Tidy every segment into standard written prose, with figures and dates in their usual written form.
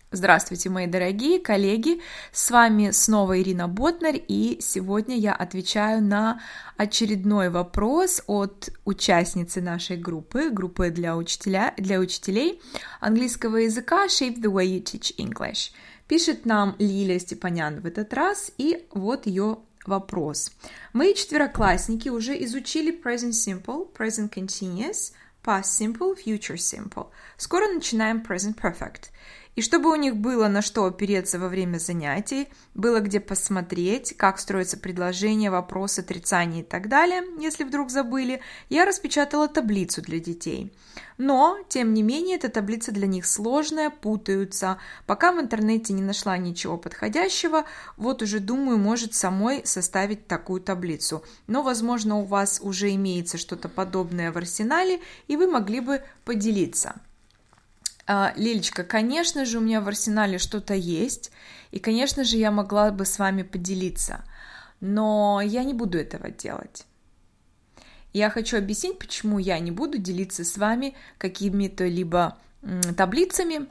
Здравствуйте, мои дорогие коллеги, с вами снова Ирина Ботнарь, и сегодня я отвечаю на очередной вопрос от участницы нашей группы для учителей английского языка Shape the way you teach English. Пишет нам Лилия Степанян в этот раз, и вот ее вопрос. Мы, четвероклассники, уже изучили present simple, present continuous, past simple, future simple. Скоро начинаем present perfect. И чтобы у них было на что опереться во время занятий, было где посмотреть, как строятся предложения, вопросы, отрицания и так далее, если вдруг забыли, я распечатала таблицу для детей. Но, тем не менее, эта таблица для них сложная, путаются. Пока в интернете не нашла ничего подходящего, вот уже думаю, может самой составить такую таблицу. Но, возможно, у вас уже имеется что-то подобное в арсенале, и вы могли бы поделиться. Лилечка, конечно же, у меня в арсенале что-то есть, и, конечно же, я могла бы с вами поделиться, но я не буду этого делать. Я хочу объяснить, почему я не буду делиться с вами какими-то либо таблицами.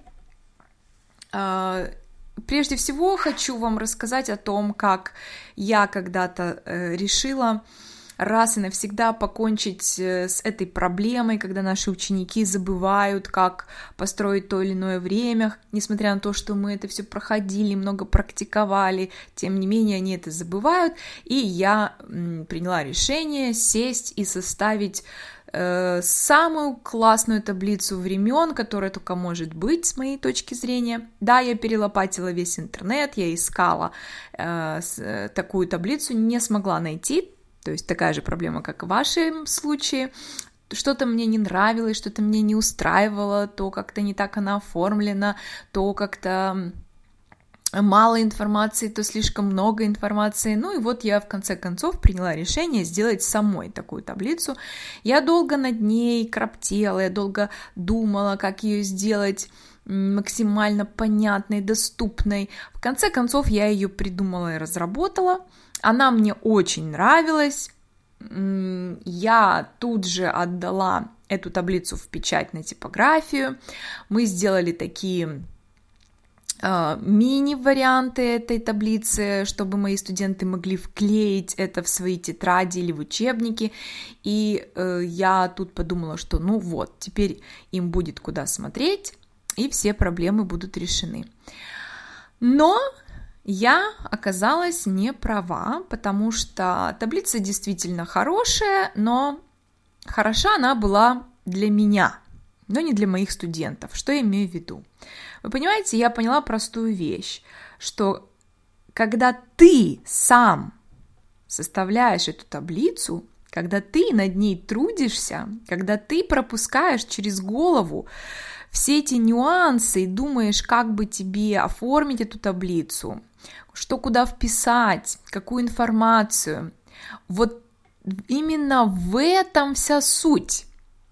Прежде всего, хочу вам рассказать о том, как я когда-то решила раз и навсегда покончить с этой проблемой, когда наши ученики забывают, как построить то или иное время, несмотря на то, что мы это все проходили, много практиковали, тем не менее они это забывают, и я приняла решение сесть и составить самую классную таблицу времен, которая только может быть с моей точки зрения. Да, я перелопатила весь интернет, я искала такую таблицу, не смогла найти. То есть такая же проблема, как в вашем случае. Что-то мне не нравилось, что-то мне не устраивало, то как-то не так она оформлена, то как-то мало информации, то слишком много информации. Ну и вот я в конце концов приняла решение сделать самой такую таблицу. Я долго над ней кроптела, я долго думала, как ее сделать максимально понятной, доступной. В конце концов я ее придумала и разработала. Она мне очень нравилась, я тут же отдала эту таблицу в печать на типографию, мы сделали такие мини-варианты этой таблицы, чтобы мои студенты могли вклеить это в свои тетради или в учебники, и я тут подумала, что ну вот, теперь им будет куда смотреть, и все проблемы будут решены. Но я оказалась не права, потому что таблица действительно хорошая, но хороша она была для меня, но не для моих студентов. Что я имею в виду? Вы понимаете, я поняла простую вещь, что когда ты сам составляешь эту таблицу, когда ты над ней трудишься, когда ты пропускаешь через голову все эти нюансы и думаешь, как бы тебе оформить эту таблицу, что куда вписать, какую информацию. Вот именно в этом вся суть.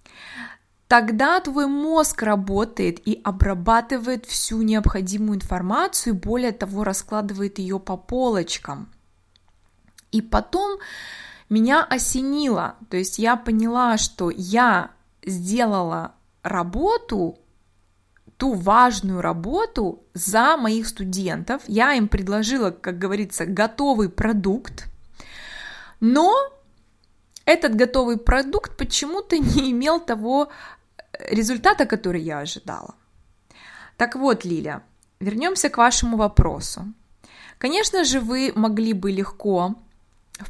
Тогда твой мозг работает и обрабатывает всю необходимую информацию, более того, раскладывает ее по полочкам. И потом меня осенило, то есть я поняла, что я сделала работу, ту важную работу за моих студентов. Я им предложила, как говорится, готовый продукт, но этот готовый продукт почему-то не имел того результата, который я ожидала. Так вот, Лиля, вернемся к вашему вопросу. Конечно же, вы могли бы легко в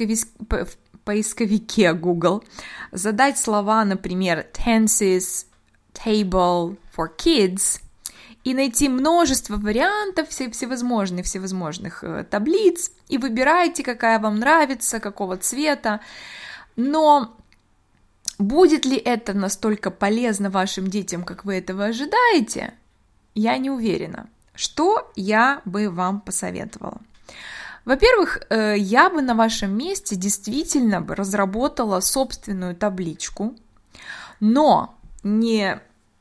поисковике Google задать слова, например, tenses, table for kids, и найти множество вариантов всевозможных таблиц, и выбирайте, какая вам нравится, какого цвета. Но будет ли это настолько полезно вашим детям, как вы этого ожидаете? Я не уверена. Что я бы вам посоветовала? Во-первых, я бы на вашем месте действительно бы разработала собственную табличку, но не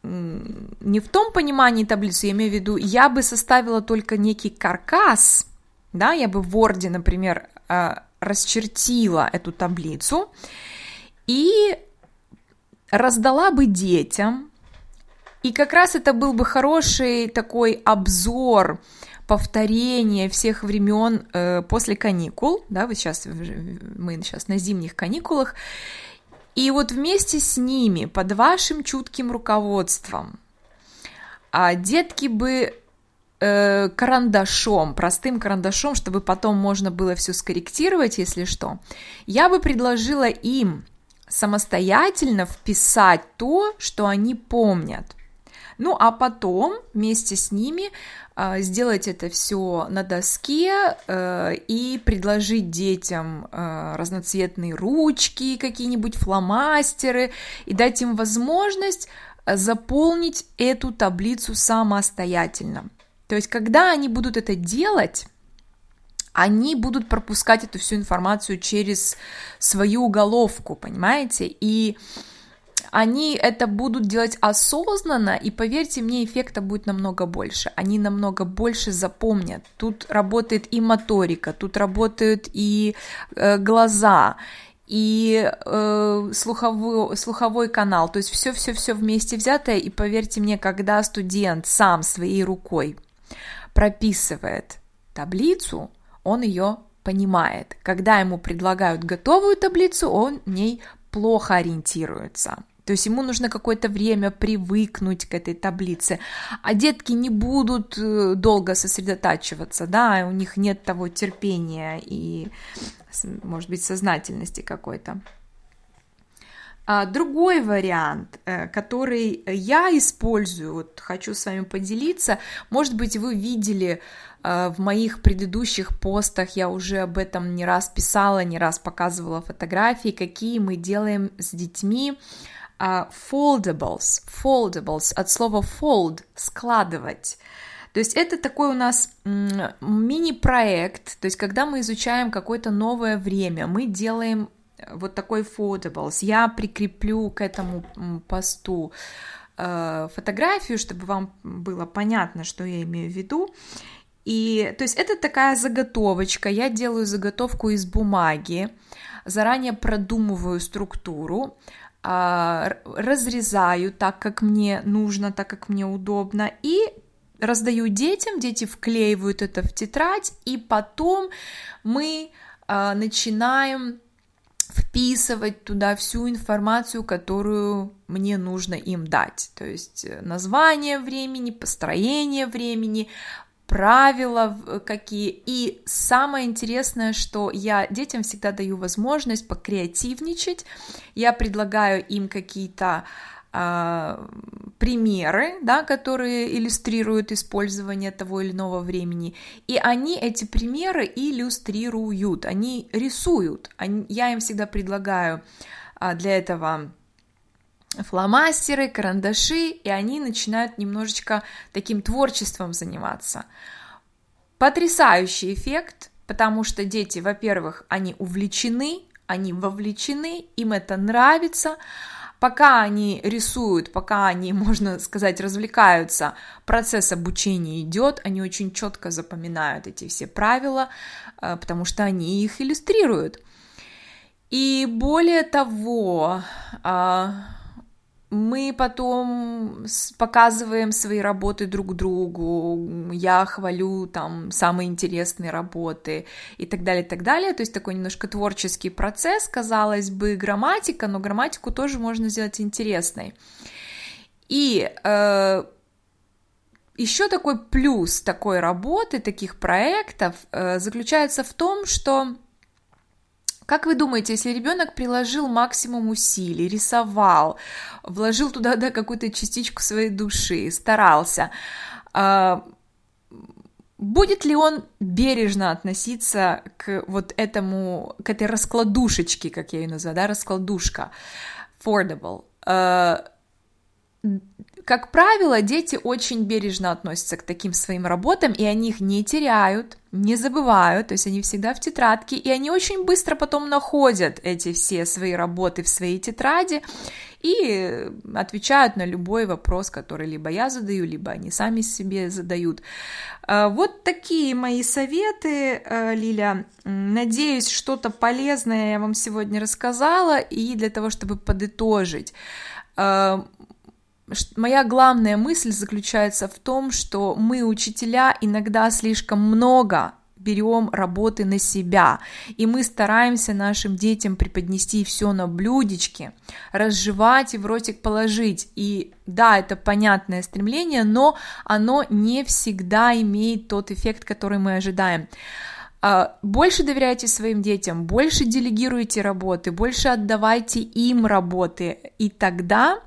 в том понимании таблицы, я имею в виду, я бы составила только некий каркас, да, я бы в Word, например, расчертила эту таблицу и раздала бы детям И как раз это был бы хороший такой обзор, повторение всех времен после каникул, да, мы сейчас на зимних каникулах, и вот вместе с ними, под вашим чутким руководством, детки бы карандашом, простым карандашом, чтобы потом можно было все скорректировать, если что, я бы предложила им самостоятельно вписать то, что они помнят. Ну, а потом вместе с ними сделать это все на доске и предложить детям разноцветные ручки, какие-нибудь фломастеры, и дать им возможность заполнить эту таблицу самостоятельно. То есть, когда они будут это делать, они будут пропускать эту всю информацию через свою головку, понимаете? И они это будут делать осознанно, и, поверьте мне, эффекта будет намного больше. Они намного больше запомнят. Тут работает и моторика, тут работают и глаза, и слуховой канал. То есть все вместе взятое. И, поверьте мне, когда студент сам своей рукой прописывает таблицу, он ее понимает. Когда ему предлагают готовую таблицу, он в ней плохо ориентируется. То есть ему нужно какое-то время привыкнуть к этой таблице, а детки не будут долго сосредотачиваться, да, у них нет того терпения и, может быть, сознательности какой-то. Другой вариант, который я использую, вот хочу с вами поделиться, может быть, вы видели в моих предыдущих постах, я уже об этом не раз писала, не раз показывала фотографии, какие мы делаем с детьми foldables, от слова fold, складывать. То есть это такой у нас мини-проект, то есть когда мы изучаем какое-то новое время, мы делаем вот такой foldables. Я прикреплю к этому посту фотографию, чтобы вам было понятно, что я имею в виду. И, то есть это такая заготовочка, я делаю заготовку из бумаги, заранее продумываю структуру, разрезаю так, как мне нужно, так, как мне удобно, и раздаю детям, дети вклеивают это в тетрадь, и потом мы начинаем вписывать туда всю информацию, которую мне нужно им дать, то есть название времени, построение времени, правила какие. И самое интересное, что я детям всегда даю возможность покреативничать, я предлагаю им какие-то примеры, да, которые иллюстрируют использование того или иного времени, и они эти примеры иллюстрируют, они рисуют. Я им всегда предлагаю для этого фломастеры, карандаши, и они начинают немножечко таким творчеством заниматься. Потрясающий эффект, потому что дети, во-первых, они увлечены, они вовлечены, им это нравится. Пока они рисуют, пока они, можно сказать, развлекаются, процесс обучения идет, они очень четко запоминают эти все правила, потому что они их иллюстрируют. И более того, мы потом показываем свои работы друг другу, я хвалю там самые интересные работы и так далее, и так далее. То есть такой немножко творческий процесс, казалось бы, грамматика, но грамматику тоже можно сделать интересной. И еще такой плюс такой работы, таких проектов заключается в том, что, как вы думаете, если ребенок приложил максимум усилий, рисовал, вложил туда какую-то частичку своей души, старался, будет ли он бережно относиться к вот этому, к этой раскладушечке, как я ее называю, да, раскладушка, foldable? Как правило, дети очень бережно относятся к таким своим работам, и они их не теряют, не забывают, то есть они всегда в тетрадке, и они очень быстро потом находят эти все свои работы в своей тетради и отвечают на любой вопрос, который либо я задаю, либо они сами себе задают. Вот такие мои советы, Лиля. Надеюсь, что-то полезное я вам сегодня рассказала, и для того, чтобы подытожить, моя главная мысль заключается в том, что мы, учителя, иногда слишком много берем работы на себя, и мы стараемся нашим детям преподнести все на блюдечке, разжевать и в ротик положить. И да, это понятное стремление, но оно не всегда имеет тот эффект, который мы ожидаем. Больше доверяйте своим детям, больше делегируйте работы, больше отдавайте им работы, и тогда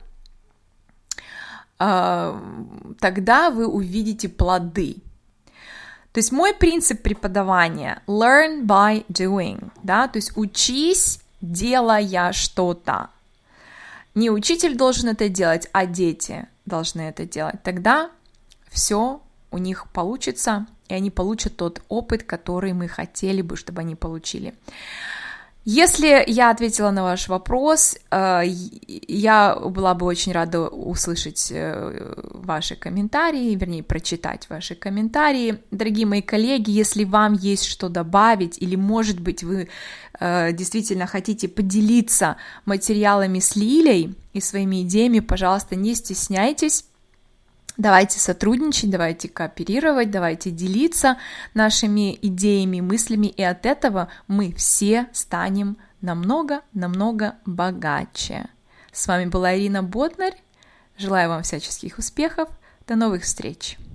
вы увидите плоды. То есть мой принцип преподавания — learn by doing, да, то есть учись, делая что-то. Не учитель должен это делать, а дети должны это делать. Тогда все у них получится, и они получат тот опыт, который мы хотели бы, чтобы они получили. Если я ответила на ваш вопрос, я была бы очень рада услышать ваши комментарии, вернее, прочитать ваши комментарии. Дорогие мои коллеги, если вам есть что добавить, или, может быть, вы действительно хотите поделиться материалами с Лилей и своими идеями, пожалуйста, не стесняйтесь. Давайте сотрудничать, давайте кооперировать, давайте делиться нашими идеями, мыслями, и от этого мы все станем намного богаче. С вами была Ирина Ботнарь. Желаю вам всяческих успехов. До новых встреч!